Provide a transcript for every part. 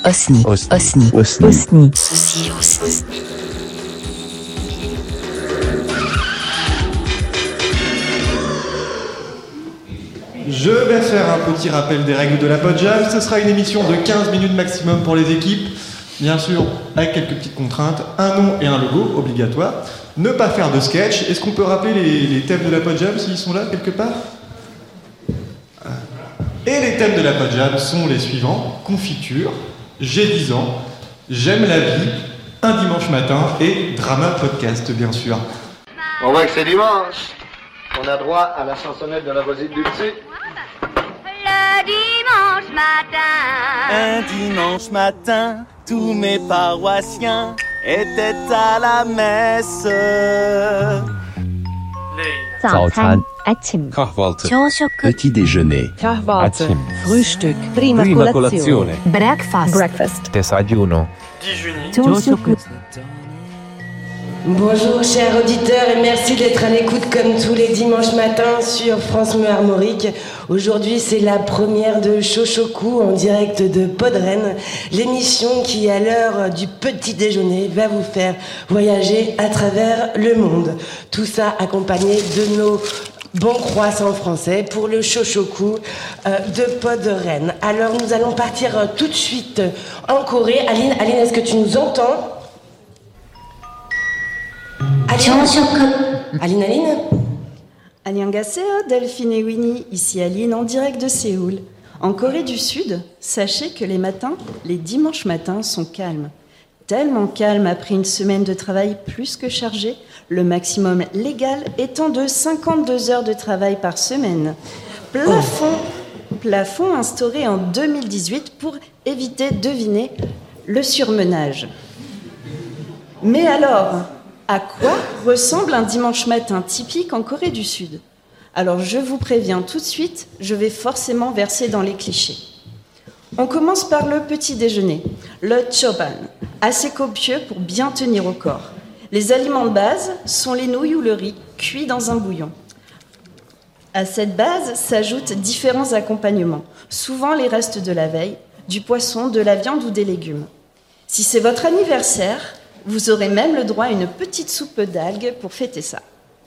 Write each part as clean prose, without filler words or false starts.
Osni. Osni. Osni. Osni. Osni. Je vais faire un petit rappel des règles de la PodJam. Ce sera une émission de 15 minutes maximum pour les équipes. Bien sûr, avec quelques petites contraintes. Un nom et un logo, obligatoire. Ne pas faire de sketch. Est-ce qu'on peut rappeler les thèmes de la PodJam s'ils sont là quelque part ? Et les thèmes de la PodJam sont les suivants. Confiture, j'ai 10 ans, j'aime la vie, un dimanche matin et drama podcast, bien sûr. On voit que c'est dimanche. On a droit à la chansonnette de la voisine du dessus. Le dimanche matin. Un dimanche matin, tous mes paroissiens étaient à la messe. 早餐 아침 kahvaltı 조식. petit déjeuner kahvaltı 아침 frühstück prima colazione breakfast desayuno 조식 Bonjour chers auditeurs et merci d'être à l'écoute comme tous les dimanches matins sur France Bleu Armorique. Aujourd'hui c'est la première de Chochoku en direct de Podren, l'émission qui à l'heure du petit déjeuner va vous faire voyager à travers le monde. Tout ça accompagné de nos bons croissants français pour le Chochoku de Podren. Alors nous allons partir tout de suite en Corée. Aline, est-ce que tu nous entends ? Aline Annyeonghaseyo, Delphine et Winnie, ici Aline en direct de Séoul. En Corée du Sud, sachez que les matins, les dimanches matins sont calmes. Tellement calmes après une semaine de travail plus que chargée, le maximum légal étant de 52 heures de travail par semaine. Plafond instauré en 2018 pour éviter, devinez, le surmenage. Mais alors, à quoi ressemble un dimanche matin typique en Corée du Sud ? Alors je vous préviens tout de suite, je vais forcément verser dans les clichés. On commence par le petit déjeuner, le choban, assez copieux pour bien tenir au corps. Les aliments de base sont les nouilles ou le riz, cuits dans un bouillon. À cette base s'ajoutent différents accompagnements, souvent les restes de la veille, du poisson, de la viande ou des légumes. Si c'est votre anniversaire, vous aurez même le droit à une petite soupe d'algues pour fêter ça.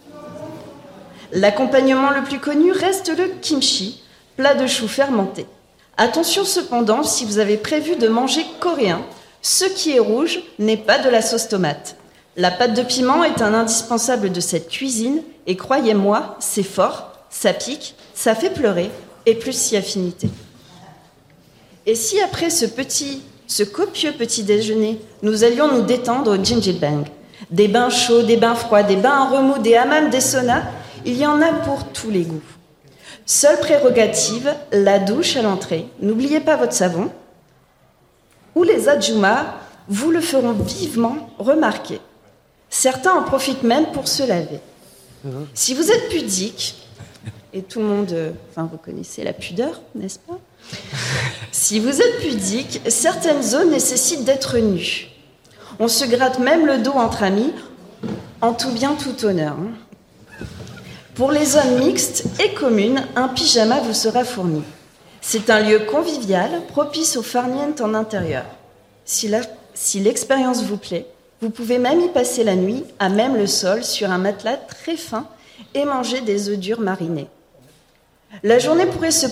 L'accompagnement le plus connu reste le kimchi, plat de chou fermenté. Attention cependant, si vous avez prévu de manger coréen, ce qui est rouge n'est pas de la sauce tomate. La pâte de piment est un indispensable de cette cuisine et croyez-moi, c'est fort, ça pique, ça fait pleurer et plus si affinité. Et si après ce copieux petit déjeuner, nous allions nous détendre au Jjimjilbang. Des bains chauds, des bains froids, des bains en remous, des hammams, des saunas, il y en a pour tous les goûts. Seule prérogative, la douche à l'entrée. N'oubliez pas votre savon. Ou les adjumas vous le feront vivement remarquer. Certains en profitent même pour se laver. Si vous êtes pudique, et tout le monde, vous connaissez la pudeur, n'est-ce pas ? Si vous êtes pudique, certaines zones nécessitent d'être nues. On se gratte même le dos entre amis, en tout bien, tout honneur. Pour les zones mixtes et communes, un pyjama vous sera fourni. C'est un lieu convivial, propice au farniente en intérieur. Si l'expérience vous plaît, vous pouvez même y passer la nuit, à même le sol, sur un matelas très fin, et manger des œufs durs marinés. La journée pourrait se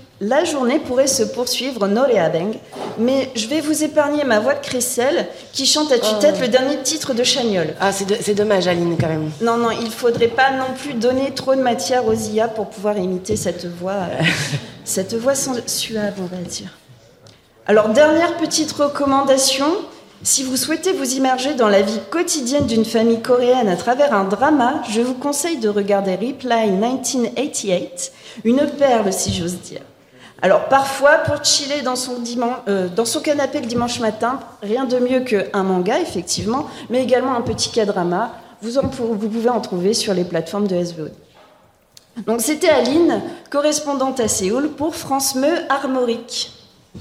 poursuivre Noréabeng, mais je vais vous épargner ma voix de crécelle qui chante à tue-tête le dernier titre de Chagnol. Ah, c'est dommage, Aline, quand même. Non, il faudrait pas non plus donner trop de matière aux IA pour pouvoir imiter cette voix suave, on va dire. Alors, dernière petite recommandation, si vous souhaitez vous immerger dans la vie quotidienne d'une famille coréenne à travers un drama, je vous conseille de regarder Reply 1988, une perle si j'ose dire. Alors parfois, pour chiller dans son canapé le dimanche matin, rien de mieux qu'un manga, effectivement, mais également un petit K-drama. Vous pouvez en trouver sur les plateformes de SVOD. Donc c'était Aline, correspondante à Séoul pour France Bleu Armorique.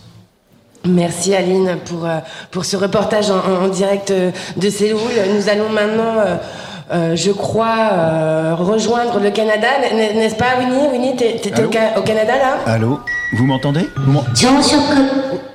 Merci Aline pour ce reportage en direct de Séoul. Nous allons maintenant, je crois, rejoindre le Canada, n'est-ce pas Winnie, t'es au Canada là ? Allô ? Vous m'entendez ?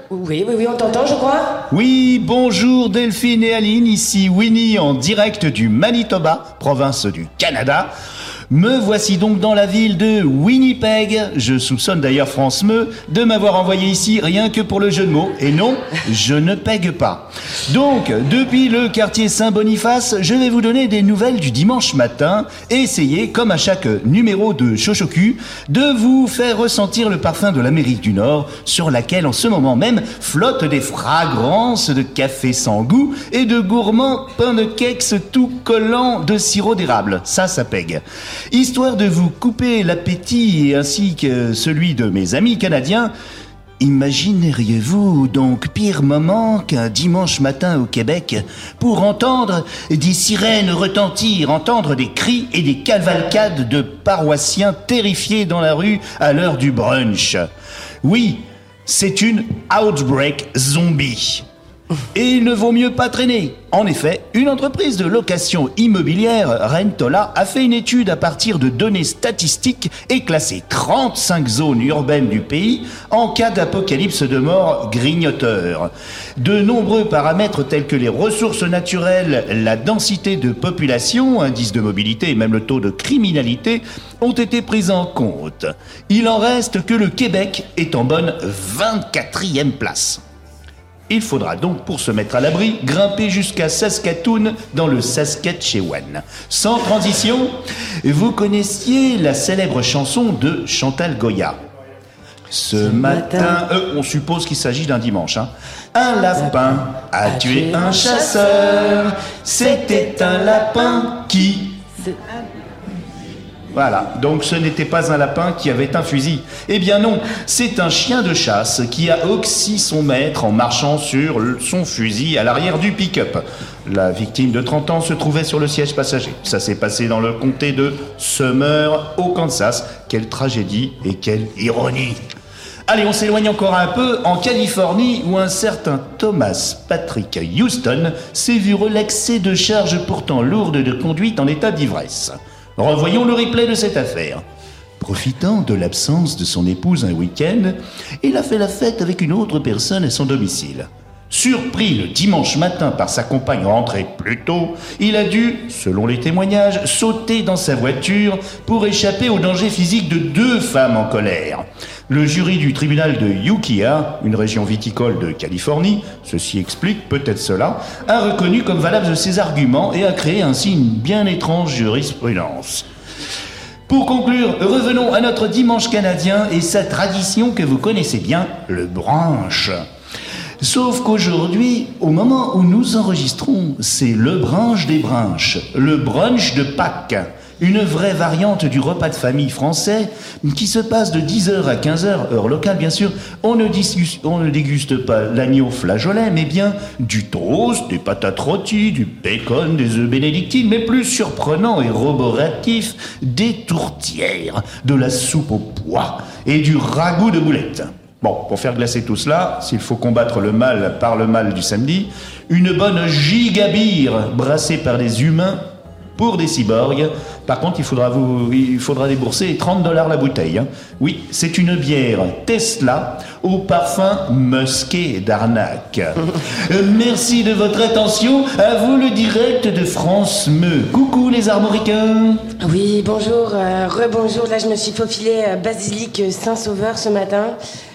Oui, on t'entend, je crois. Oui, bonjour Delphine et Aline, ici Winnie en direct du Manitoba, province du Canada. Me voici donc dans la ville de Winnipeg. Je soupçonne d'ailleurs France Meux de m'avoir envoyé ici rien que pour le jeu de mots. Et non, je ne pègue pas. Donc, depuis le quartier Saint-Boniface, je vais vous donner des nouvelles du dimanche matin et essayer, comme à chaque numéro de Chochoku, de vous faire ressentir le parfum de l'Amérique du Nord, sur laquelle en ce moment même flottent des fragrances de café sans goût et de gourmands pains de keks tout collants de sirop d'érable. Ça pègue. Histoire de vous couper l'appétit ainsi que celui de mes amis canadiens, imagineriez-vous donc pire moment qu'un dimanche matin au Québec pour entendre des sirènes retentir, entendre des cris et des cavalcades de paroissiens terrifiés dans la rue à l'heure du brunch? Oui, c'est une outbreak zombie. Et il ne vaut mieux pas traîner. En effet, une entreprise de location immobilière, Rentola, a fait une étude à partir de données statistiques et classé 35 zones urbaines du pays en cas d'apocalypse de mort grignoteur. De nombreux paramètres tels que les ressources naturelles, la densité de population, indice de mobilité et même le taux de criminalité ont été pris en compte. Il en reste que le Québec est en bonne 24e place. Il faudra donc, pour se mettre à l'abri, grimper jusqu'à Saskatoon dans le Saskatchewan. Sans transition, vous connaissiez la célèbre chanson de Chantal Goya. Ce matin, on suppose qu'il s'agit d'un dimanche, hein. Un lapin a tué un chasseur. C'était un lapin qui... Voilà, donc ce n'était pas un lapin qui avait un fusil. Eh bien non, c'est un chien de chasse qui a oxy son maître en marchant sur son fusil à l'arrière du pick-up. La victime de 30 ans se trouvait sur le siège passager. Ça s'est passé dans le comté de Summer, au Kansas. Quelle tragédie et quelle ironie. Allez, on s'éloigne encore un peu en Californie où un certain Thomas Patrick Houston s'est vu relaxé de charges pourtant lourdes de conduite en état d'ivresse. Revoyons le replay de cette affaire. Profitant de l'absence de son épouse un week-end, il a fait la fête avec une autre personne à son domicile. Surpris le dimanche matin par sa compagne rentrée plus tôt, il a dû, selon les témoignages, sauter dans sa voiture pour échapper au danger physique de 2 femmes en colère. Le jury du tribunal de Ukiah, une région viticole de Californie, ceci explique peut-être cela, a reconnu comme valables ses arguments et a créé ainsi une bien étrange jurisprudence. Pour conclure, revenons à notre dimanche canadien et sa tradition que vous connaissez bien, le brunch. Sauf qu'aujourd'hui, au moment où nous enregistrons, c'est le brunch des brunchs, le brunch de Pâques. Une vraie variante du repas de famille français qui se passe de 10h à 15h, heure locale bien sûr. On ne déguste pas l'agneau flageolet, mais bien du toast, des patates rôties, du bacon, des œufs bénédictines, mais plus surprenant et roboratif, des tourtières, de la soupe aux pois et du ragoût de boulettes. Bon, pour faire glacer tout cela, s'il faut combattre le mal par le mal du samedi, une bonne gigabire brassée par des humains pour des cyborgs. Par contre, il faudra débourser $30 la bouteille. Hein. Oui, c'est une bière Tesla au parfum musqué d'arnaque. Merci de votre attention. À vous le direct de France Meux. Coucou les armoricains. Oui, bonjour, rebonjour. Là, je me suis faufilé Basilique Saint-Sauveur ce matin.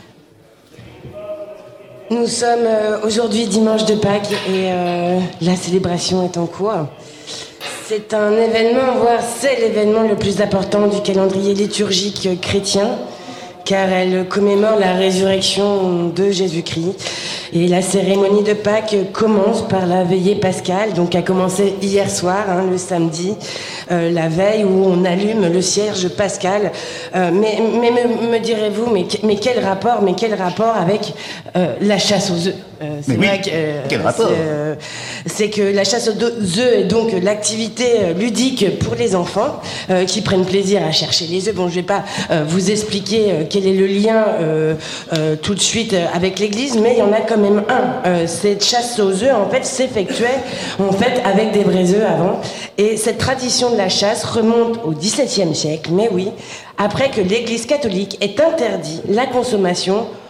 Nous sommes aujourd'hui dimanche de Pâques et la célébration est en cours. C'est un événement, voire c'est l'événement le plus important du calendrier liturgique chrétien, car elle commémore la résurrection de Jésus-Christ. Et la cérémonie de Pâques commence par la veillée pascale, donc a commencé hier soir, le samedi, la veille où on allume le cierge pascal. Mais me direz-vous, mais quel rapport avec la chasse aux œufs? C'est mais vrai oui, que quel rapport? C'est que la chasse aux œufs est donc l'activité ludique pour les enfants qui prennent plaisir à chercher les œufs. Bon, je vais pas vous expliquer quel est le lien tout de suite avec l'Église, mais il y en a quand même un. Cette chasse aux œufs, en fait, s'effectuait avec des vrais œufs avant. Et cette tradition de la chasse remonte au XVIIe siècle, mais oui, après que l'Église catholique ait interdit la consommation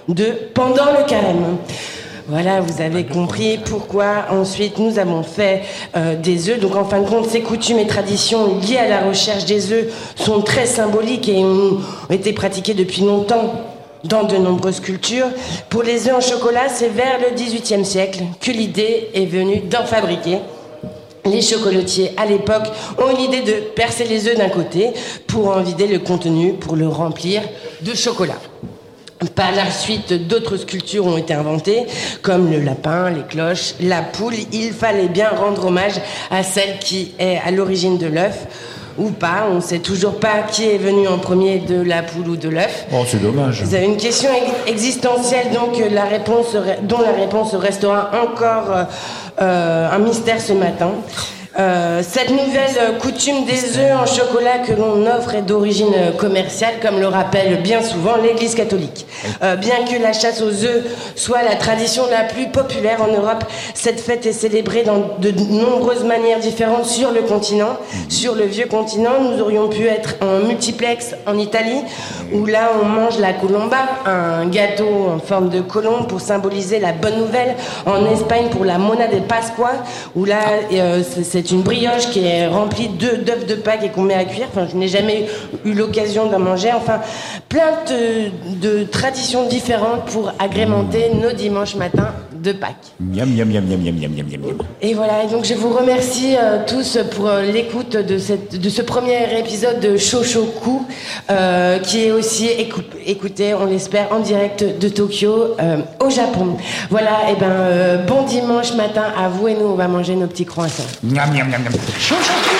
pendant le carême. Voilà, vous avez compris pourquoi ensuite nous avons fait des œufs. Donc en fin de compte, ces coutumes et traditions liées à la recherche des œufs sont très symboliques et ont été pratiquées depuis longtemps dans de nombreuses cultures. Pour les œufs en chocolat, c'est vers le XVIIIe siècle que l'idée est venue d'en fabriquer. Les chocolatiers, à l'époque, ont eu l'idée de percer les œufs d'un côté pour en vider le contenu, pour le remplir de chocolat. Par la suite, d'autres sculptures ont été inventées, comme le lapin, les cloches, la poule. Il fallait bien rendre hommage à celle qui est à l'origine de l'œuf, ou pas. On ne sait toujours pas qui est venu en premier, de la poule ou de l'œuf. Oh, c'est dommage. Vous avez une question existentielle, donc dont la réponse restera encore un mystère ce matin. Cette nouvelle coutume des œufs en chocolat que l'on offre est d'origine commerciale, comme le rappelle bien souvent l'Église catholique. Bien que la chasse aux œufs soit la tradition la plus populaire en Europe, cette fête est célébrée dans de nombreuses manières différentes sur le continent. Sur le vieux continent, nous aurions pu être en multiplex en Italie, où là on mange la colomba, un gâteau en forme de colombe pour symboliser la bonne nouvelle. En Espagne pour la Mona de Pascua, où là c'est une brioche qui est remplie d'œufs de Pâques et qu'on met à cuire. Enfin, je n'ai jamais eu l'occasion d'en manger. Enfin, plein de traditions différentes pour agrémenter nos dimanches matins de Pâques. Miam, miam, miam, miam, miam, miam, miam, miam. Et voilà, et donc je vous remercie tous pour l'écoute de ce premier épisode de Shoshoku, qui est aussi écouté, on l'espère, en direct de Tokyo, au Japon. Voilà, et bon dimanche matin à vous, et nous on va manger nos petits croissants. Miam, miam, miam, miam. Shoshoku.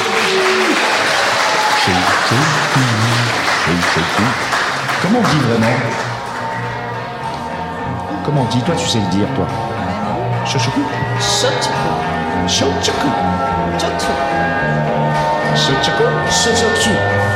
Comment on dit vraiment? Comment on dit? Toi, tu sais le dire, toi. Shoshoku. Shochoku. Shochoku. Shochoku. Shochoku. Shoshoku.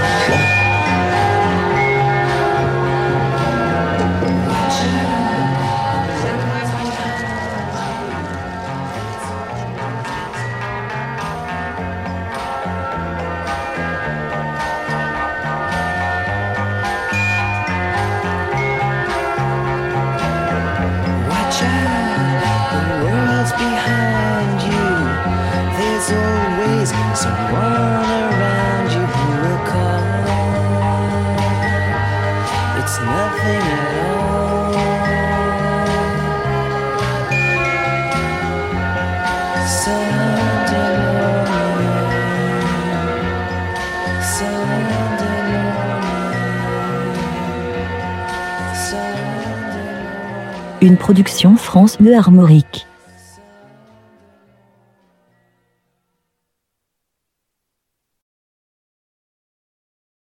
Someone around you who will call. It's nothing at all. Sunday morning, Sunday morning, Sunday morning. Une production France Bleu Armorique.